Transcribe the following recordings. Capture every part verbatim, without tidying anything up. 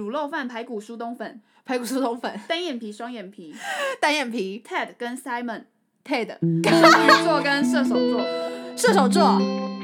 卤肉饭、排骨酥冬粉、 排骨酥冬粉、 单眼皮、双眼皮、 单眼皮、 Ted 跟 Simon、 Ted、 双鱼座跟射手座。 射手座。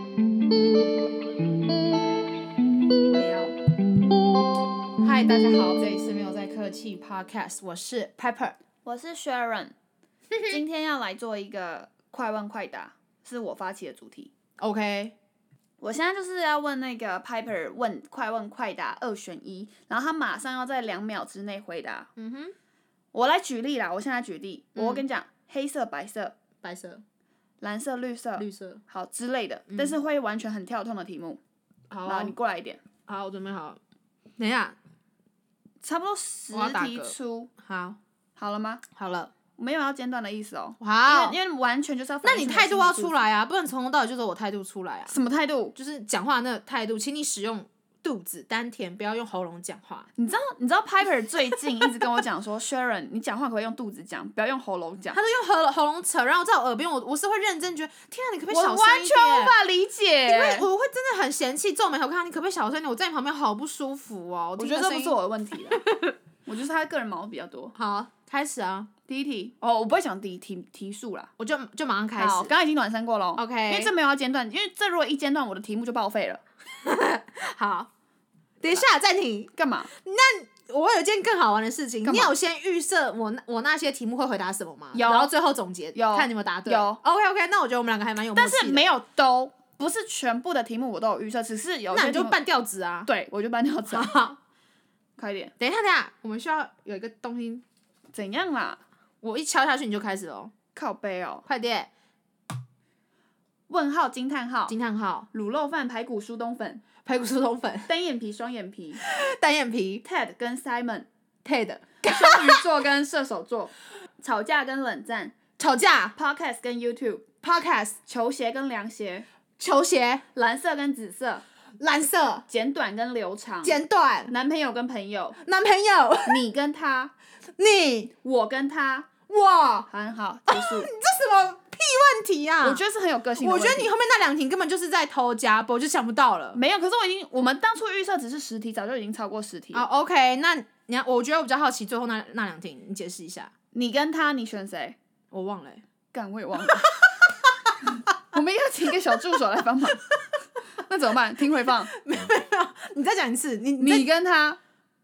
没有。 嗨，大家好，这里是没有在客气 Podcast， 我是 Pepper， 我是 Sharon， 今天要来做一个快问快答，是我发起的主题。 OK， 我现在就是要问那个 Piper 问快问快答二选一，然后他马上要在两秒之内回答。 嗯哼， 我来举例啦，我现在举例， 嗯我跟你讲，黑色、白色、 白色、 蓝色、绿色、 绿色， 好之类的，但是会完全很跳痛的题目。 好， 然后你过来一点， 好，我准备好了。等一下， 差不多十我要打嗝题出， 好， 好了吗？ 好了， 没有要间断的意思哦。 好， 因为因为完全就是要。 那你态度要出来啊，不能从头到尾就说我态度出来啊。 什么态度？ 就是讲话那个态度，请你使用肚子丹田，不要用喉咙讲话。 你知道你知道 Piper 最近一直跟我讲说，Sharon， 你讲话可不可以用肚子讲，不要用喉咙讲。 他都用喉喉咙扯，然后在我耳边，我我是会认真觉得，天啊，你可不可以小声我完一点？ 全无法理解。 因为我会真的很嫌弃，皱眉头看你可不可以小声一点？我在你旁边好不舒服哦。 我觉得这不是我的问题啦，我觉得他个人毛比较多。 好，开始啊。 第一题哦，我不会讲题题题数啦， 我就就马上开始。 好，刚刚已经暖身过了。 OK， 因为这没有要间断，因为这如果一间断，我的题目就报废了。 好，等一下暂停。 干嘛？ 那我有一件更好玩的事情， 干嘛你有先预设我那我那些题目会回答什么吗？ 有然后最后总结， 有看你有没有答对。 有 OK OK， 那我觉得我们两个还蛮有默契的。 但是没有都不是全部的题目我都有预设，只是有些题目那你就半吊子啊。 对，我就半吊子啊。 好， 快点， 等一下等一下，我们需要有一个东西， 怎样啦？ 我一敲下去你就开始哦， 靠背哦。 快点！ 问号惊叹号， 惊叹号， 卤肉饭、排骨酥冬粉、 排骨酥冬粉、 单眼皮、双眼皮、 单眼皮、 Ted 跟 Simon、 Ted、 双鱼座跟射手座、吵架跟冷战、 吵架、 Podcast 跟 YouTube、 Podcast、 球鞋跟凉鞋、 球鞋、 蓝色跟紫色、 蓝色、 简短跟留长、 剪短、 男朋友跟朋友、 男朋友、 你跟他、 你、 我跟他， 我， 很好，结束。 这什么屁问题啊！ 我觉得是很有个性的问题。 我觉得你后面那两题根本就是在偷加播，我就想不到了。 没有，可是我已经，我们当初预设只是十题，早就已经超过十题了。 哦、oh, ，OK， 那你要，我觉得我比较好奇最后那那两题，你解释一下。 你跟他，你选谁？ 我忘了、欸， 干，我也忘了。我们要请一个小助手来帮忙。那怎么办？听回放。 没有没有，你再讲一次。你你跟他，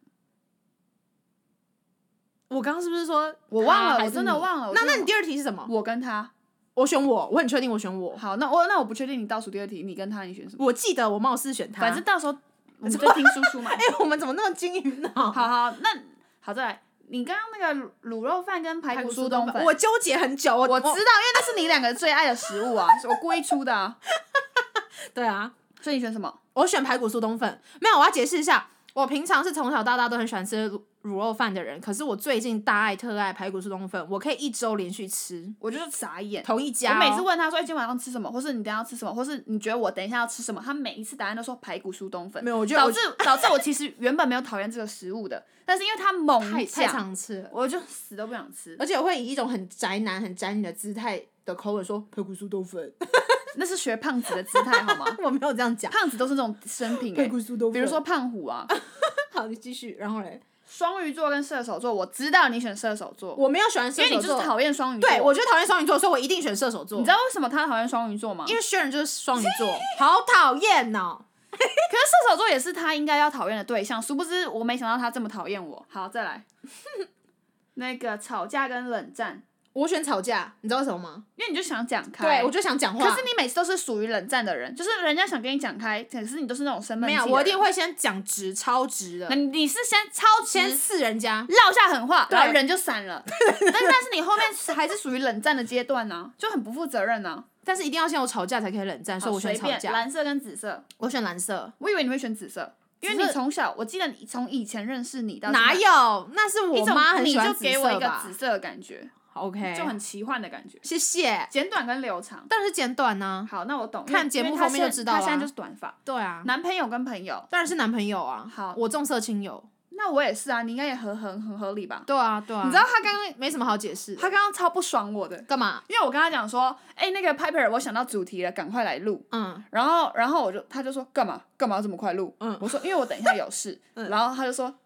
我刚刚是不是说我忘了？我真的忘了。 那那你第二题是什么？ 我跟他， 我选我，我很确定我选我。 好，那我那我不确定你倒数第二题，你跟他，你选什么？ 我记得我貌似选他， 反正到时候我们就听叔叔嘛。 哎、欸，我们怎么那么金鱼脑？ 好好，那好再来。你刚刚那个卤肉饭跟排骨酥冬粉， 我纠结很久。我我知道，因为那是你两个最爱的食物啊，我故意出的啊。 对啊， 所以你选什么？ 我选排骨酥冬粉。没有，我要解释一下，我平常是从小到大都很喜欢吃卤卤肉饭的人，可是我最近大爱特爱排骨酥冬粉，我可以一周连续吃。 我就是傻眼。 同一家、哦， 我每次问他说：“哎、欸，今天晚上吃什么？”或是你等一下要吃什么？或是你觉得我等一下要吃什么？他每一次答案都说排骨酥冬粉。 没有，我觉得导致导致我其实原本没有讨厌这个食物的，但是因为他猛太太常吃了， 我就死都不想吃。 而且我会以一种很宅男、很宅女的姿态的口吻说排骨酥冬粉。 那是学胖子的姿态好吗？ 我没有这样讲， 胖子都是这种生品、欸， 排骨酥冬粉， 比如说胖虎啊。 好，你继续，然后嘞。 双鱼座跟射手座，我知道你选射手座， 我没有喜欢射手座， 因为你就是讨厌双鱼座。 对，我就讨厌双鱼座，所以我一定选射手座。 你知道为什么他讨厌双鱼座吗？ 因为薛仁就是双鱼座，好讨厌哦。 可是射手座也是他应该要讨厌的对象，殊不知我没想到他这么讨厌我。好，再来，那个吵架跟冷战。 我选吵架，你知道为什么吗？ 因为你就想讲开， 对我就想讲话。 可是你每次都是属于冷战的人，就是人家想跟你讲开，可是你都是那种生闷气的人。 没有，我一定会先讲直，超直的。 你是先超直， 先刺人家， 撂下狠话，然后人就散了。但但是你后面还是属于冷战的阶段呢、啊，就很不负责任呢、啊。 但是一定要先有吵架才可以冷战，所以我选吵架。 蓝色跟紫色， 我选蓝色。 我以为你会选紫色。因为你从小，我记得你从以前认识你到哪有？那是我妈很喜欢紫色吧？ 你就给我一个紫色的感觉。 OK， 就很奇幻的感觉。 谢谢。 简短跟留长， 当然是简短呢、啊。 好，那我懂。 看节目封面就知道了、啊。 他现在就是短发。 对啊。 男朋友跟朋友， 当然是男朋友啊。 好， 我重色轻友。 那我也是啊，你应该也很很很合理吧？ 对啊，对啊。 你知道他刚刚没什么好解释。 他刚刚超不爽我的。 干嘛？ 因为我跟他讲说，哎、欸，那个 Piper， 我想到主题了，赶快来录。 嗯。 然后，然后我就，他就说干嘛？干嘛这么快录？嗯。我说因为我等一下有事。嗯。然后他就说。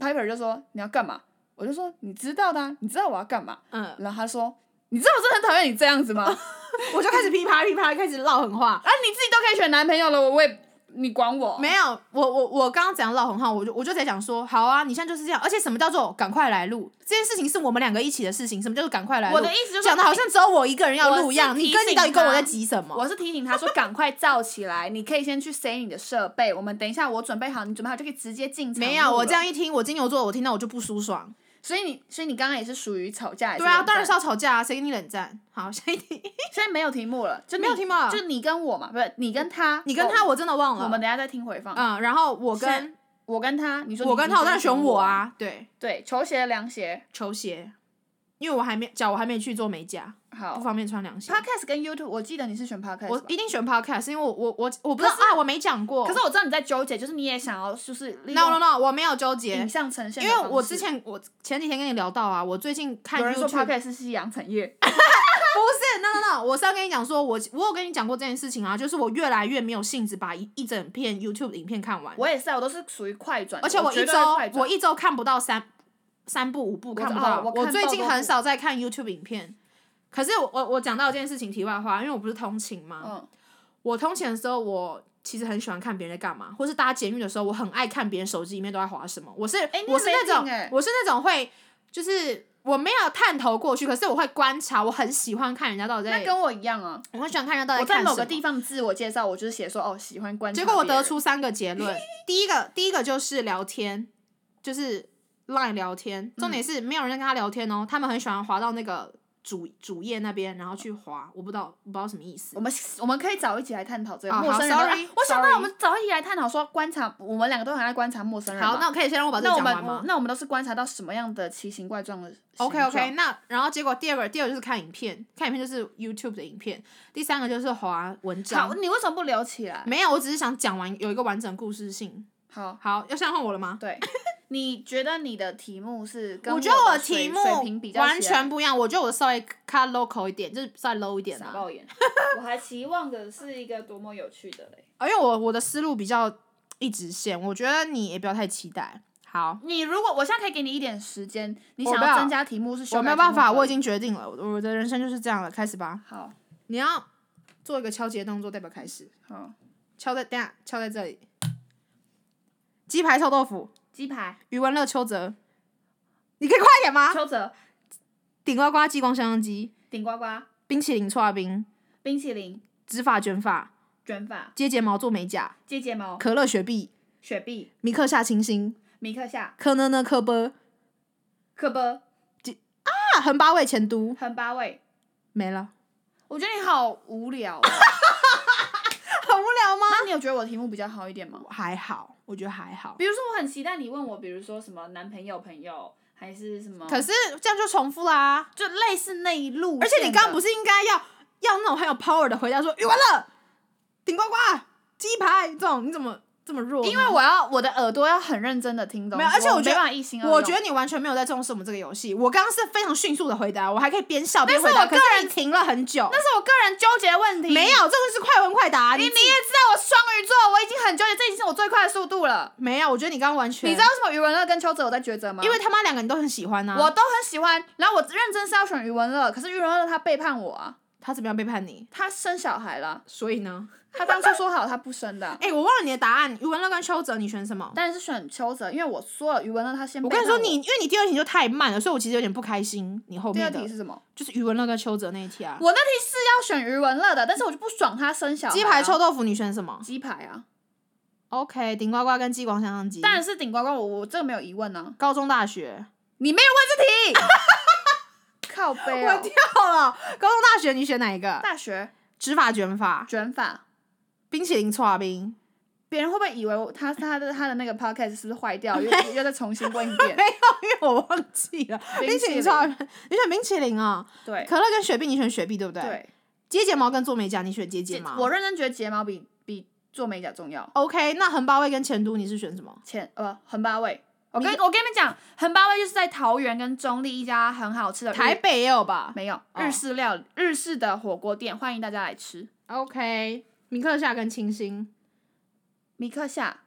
Piper 就说你要干嘛？我就说你知道的、啊，你知道我要干嘛？ 嗯， 然后他说你知道我真的很讨厌你这样子吗？ 我就开始噼啪噼啪开始唠狠话。 啊，你自己都可以选男朋友了，我我也你管我？ 没有，我我我刚刚讲唠狠话，我就我就在讲说，好啊，你现在就是这样，而且什么叫做赶快来录？这件事情是我们两个一起的事情，什么叫做赶快来录？ 我的意思就是讲的好像只有我一个人要录一样， 我是提醒你跟你到底跟我在急什么？ 我是提醒他说赶快造起来，你可以先去塞你的设备，我们等一下我准备好，你准备好就可以直接进场。 没有，我这样一听，我金牛座，我听到我就不舒爽。 所以你，所以你刚刚也是属于吵架， 对啊，当然是要吵架啊，谁跟你冷战？好，下一题。 现在没有题目了，就没有题目了， 就你跟我嘛，不是你跟他， 你跟他我真的忘了。 我们等一下再听回放。 嗯，然后我跟我跟他，你说我跟他，我当然选我啊，对对，球鞋、凉鞋、 球鞋，因为我还没脚，我还没去做美甲， 好不方便穿凉鞋。 Podcast 跟 YouTube， 我记得你是选 Podcast， 我一定选 Podcast， 因为我我我我不知道啊，我没讲过。 可是我知道你在纠结，就是你也想要，就是 no no no， 我没有纠结影像呈现， 因为我之前我前几天跟你聊到啊，我最近看 YouTube， 有人说 Podcast 是夕阳产业。 不是 ，no no no， 我是要跟你讲说，我我有跟你讲过这件事情啊，就是我越来越没有兴致把一一整片 YouTube 影片看完。 我也是啊，我都是属于快转， 而且我一周我一周看不到三三部五部看不到， 我, 我最近很少在看 YouTube 影片。可是我我我讲到一件事情，题外话，因为我不是通勤嘛， 嗯， 我通勤的时候，我其实很喜欢看别人在干嘛，或是搭捷运的时候，我很爱看别人手机里面都在滑什么。我是、 欸、 我是那种、 欸、 我是那种会就是。我没有探头过去，可是我会观察，我很喜欢看人家到底在。 那跟我一样啊， 我很喜欢看人家到底在看什么。 我在某个地方自我介绍，我就是写说哦，喜欢观察。 结果我得出三个结论，第一个，第一个就是聊天，就是 Line 聊天，重点是没有人跟他聊天哦，他们很喜欢滑到那个主主页那边，然后去滑，我不知道，我不知道什么意思。 我们我们可以早一起来探讨这个、 哦、 陌生人。 Sorry， 我想到我们早一起来探讨说观察，我们两个都很爱观察陌生人。 好，那我可以先让我把这个讲完吗？ 那我们都是观察到什么样的奇形怪状的形状 ？OK OK， 那然后结果第二个，第二个就是看影片，看影片就是 YouTube 的影片，第三个就是滑文章。 好，你为什么不留起来？ 没有，我只是想讲完有一个完整故事性。 好， 好，要现在换我了吗？ 对。你觉得你的题目是跟我觉得我的题目完全不一样，我觉得我稍微 cut local 一点，就是稍微 low 一点、啊。 傻爆眼！我还期望的是一个多么有趣的嘞。 因为我我的思路比较一直线，我觉得你也不要太期待。好， 你如果我现在可以给你一点时间，你想要增加题目是修改题目， 我没有办法，我已经决定了，我的人生就是这样了，开始吧。 好， 你要做一个敲击的动作，代表开始。 好， 敲在等下，敲在这里。鸡排臭豆腐。 鸡排， 余文乐、邱泽，你可以快一点吗？ 邱泽， 顶呱呱、激光香香鸡， 顶呱呱， 冰淇淋、搓冰， 冰淇淋， 直发卷发， 卷发， 接睫毛做美甲， 接睫毛， 可乐雪碧， 雪碧， 米克夏清新， 米克夏， 科呢呢科波， 科波， 啊，横八位前都， 横八位， 没了。 我觉得你好无聊、哦， 很无聊吗？ 那你有觉得我的题目比较好一点吗？ 还好，我觉得还好。 比如说，我很期待你问我，比如说什么男朋友、朋友，还是什么？ 可是这样就重复啦、啊， 就类似那一路。 而且你刚刚不是应该要要那种很有 power 的回答说，语文了，顶呱呱，鸡排这种，你怎么这么弱？ 因为我要我的耳朵要很认真的听懂。 没有，而且我觉得没办法一心二用。 我觉得你完全没有在重视我们这个游戏。我刚刚是非常迅速的回答，我还可以边笑边回答。 但是我个人可是你停了很久。 那是我个人纠结问题。 没有，这个是快问快答。 你你你也知道我双鱼座，我已经很纠结，这已经是我最快的速度了。 没有，我觉得你刚刚完全。 你知道为什么余文乐跟邱泽我在抉择吗？ 因为他妈两个你都很喜欢啊。 我都很喜欢，然后我认真是要选余文乐，可是余文乐他背叛我啊。 他怎么样背叛你？ 他生小孩了。 所以呢？ 他当初说好他不生的、啊。 哎、欸，我忘了你的答案，余文乐跟邱泽，你选什么？ 当然是选邱泽，因为我说了余文乐他先背我。我跟你说，你因为你第二题就太慢了，所以我其实有点不开心。你后面的第二题是什么？ 就是余文乐跟邱泽那一题啊。 我那题是要选余文乐的，但是我就不爽他生小孩、啊。 鸡排臭豆腐，你选什么？ 鸡排啊。 OK， 顶呱呱跟激光香香鸡。 当然是顶呱呱，我我这个没有疑问呢、啊。 高中大学， 你没有问这题。靠背哦， 我跳了。高中大学你选哪一个？ 大学。 直发卷发。 卷发。 冰淇淋搓冰。 别人会不会以为他他的他的那个 podcast 是不是坏掉？又又再重新问一遍？ 没有，因为我忘记了。冰淇淋搓冰，你选冰淇淋啊、哦？ 对。 可乐跟雪碧，你选雪碧对不对？ 对。 接睫毛跟做美甲，你选接睫毛。 我认真觉得睫毛比比做美甲重要。 OK， 那横八位跟前都你是选什么？ 前呃横八位。我跟我跟你们讲，横八位就是在桃园跟中立一家很好吃的。 台北也有吧？ 没有，日式料理、哦、日式的火锅店，欢迎大家来吃。 OK， 米克夏跟清新。 米克夏，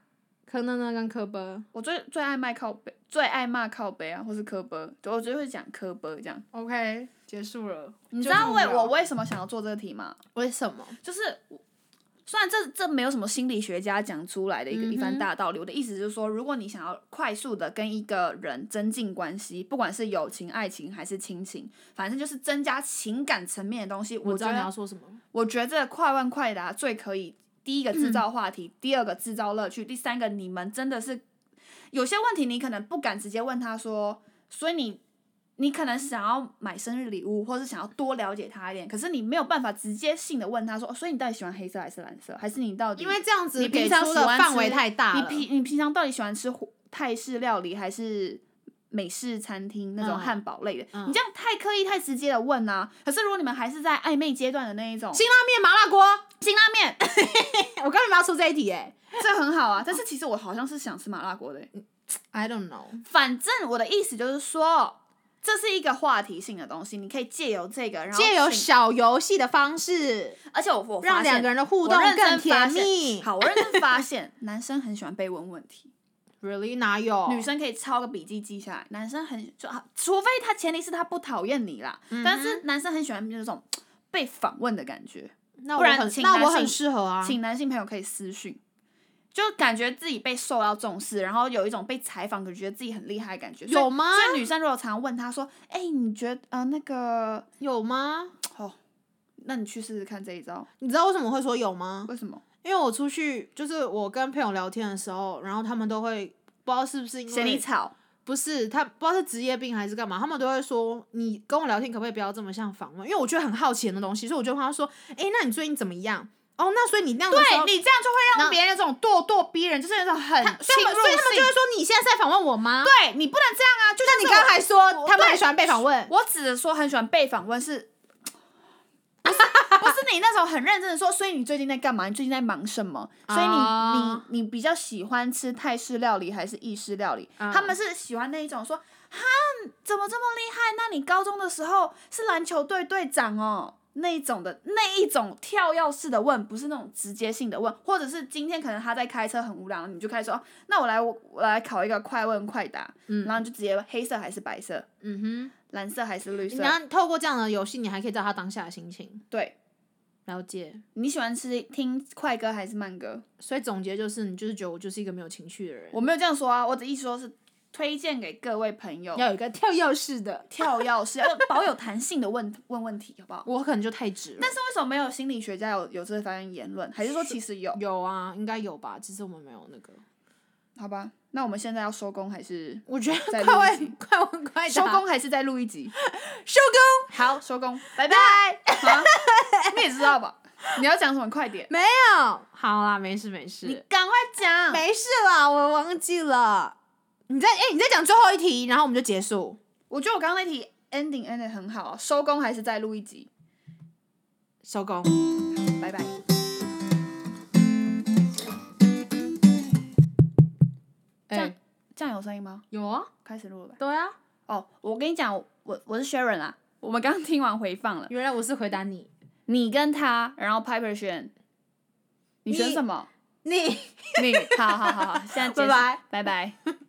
柯呢呢跟科波。 我最最爱骂靠背，最爱骂靠背啊，或是科波，我就会讲科波这样。 OK， 结束了。 你知道为我为什么想要做这个题吗？ 为什么？ 就是虽然这这没有什么心理学家讲出来的一个、嗯、一番大道理，我的意思就是说，如果你想要快速的跟一个人增进关系，不管是友情、爱情还是亲情，反正就是增加情感层面的东西， 我知道你要说什么。 我觉得这个快问快答最可以，第一个制造话题，嗯、第二个制造乐趣，第三个你们真的是有些问题你可能不敢直接问他说，所以你。你可能想要买生日礼物，或是想要多了解他一点，可是你没有办法直接性的问他说，哦，所以你到底喜欢黑色还是蓝色，还是你到底因为这样子你平常喜欢范围太大了， 你平你平常到底喜欢吃泰式料理还是美式餐厅那种汉堡类的、嗯？你这样太刻意太直接的问啊！可是如果你们还是在暧昧阶段的那一种， 辛拉面、麻辣锅、 辛拉面， 我刚才没有出这一题哎、 欸，这很好啊。但是其实我好像是想吃麻辣锅的、欸、 ，I don't know。 反正我的意思就是说。这是一个话题性的东西，你可以借由这个，然后借由小游戏的方式， 而且我我让两个人的互动更甜蜜。 好，我认真发现，男生很喜欢被问问题。 Really 哪有？ 女生可以抄个笔记记下来，男生很就除非他前提是他不讨厌你啦、嗯，但是男生很喜欢那种被访问的感觉。 那我很不然请那我很适合啊， 请男性朋友可以私讯。就感觉自己被受到重视，然后有一种被采访，可觉得自己很厉害的感觉。 有吗？ 所以女生如果常问他说：“哎、欸，你觉得呃那个有吗？” 哦，那你去试试看这一招。 你知道为什么会说有吗？ 为什么？ 因为我出去就是我跟朋友聊天的时候，然后他们都会不知道是不是因为嫌你吵， 不是他不知道是职业病还是干嘛，他们都会说你跟我聊天可不可以不要这么像访问？因为我觉得很好奇的东西，所以我就问他说：“哎、欸，那你最近怎么样？”哦，那所以你那样的时候， 对你这样就会让别人有这种咄咄逼人，就是那种很侵入性。 所以他们就会说你现在是在访问我吗？ 对，你不能这样啊！就像你刚才说他们很喜欢被访问， 我指的说很喜欢被访问是，不是不是你那种很认真的说，所以你最近在干嘛？你最近在忙什么？所以你、uh, 你你比较喜欢吃泰式料理还是意式料理？ Uh. 他们是喜欢那一种说，哈，怎么这么厉害？那你高中的时候是篮球队队长哦。那一种的那一种跳跃式的问，不是那种直接性的问，或者是今天可能他在开车很无聊，你就开始说，那我来我我来考一个快问快答，嗯，然后你就直接黑色还是白色，嗯哼，蓝色还是绿色。 然后透过这样的游戏，你还可以知道他当下的心情。 对， 了解。 你喜欢吃听快歌还是慢歌？ 所以总结就是，你就是觉得我就是一个没有情绪的人。 我没有这样说啊，我的意思说是。推荐给各位朋友要有一个跳跃式的跳跃式，要保有弹性的问问问题，好不好？ 我可能就太直了。 但是为什么没有心理学家有有这方面言论？还是说其实有？ 有啊，应该有吧，只是我们没有那个。 好吧，那我们现在要收工还是？ 我觉得快问快问快答。 收工还是再录一集？ 收工。 好，收工，拜拜。啊、你也知道吧？你要讲什么？快点。 没有。好啦，没事没事。 你赶快讲。 没事啦，我忘记了。你再哎、欸，你再讲最后一题，然后我们就结束。 我觉得我刚刚那题 ending end 得很好、啊，收工还是再录一集？ 收工， 拜拜。这样、欸、这样有声音吗？ 有啊， 开始录了吧？ 对啊。 哦，我跟你讲，我我是 Sharon 啊，我们刚刚听完回放了。 原来我是回答你， 你跟他，然后 Piper 选，你选什么？ 你你，好好好好，现在拜拜拜拜。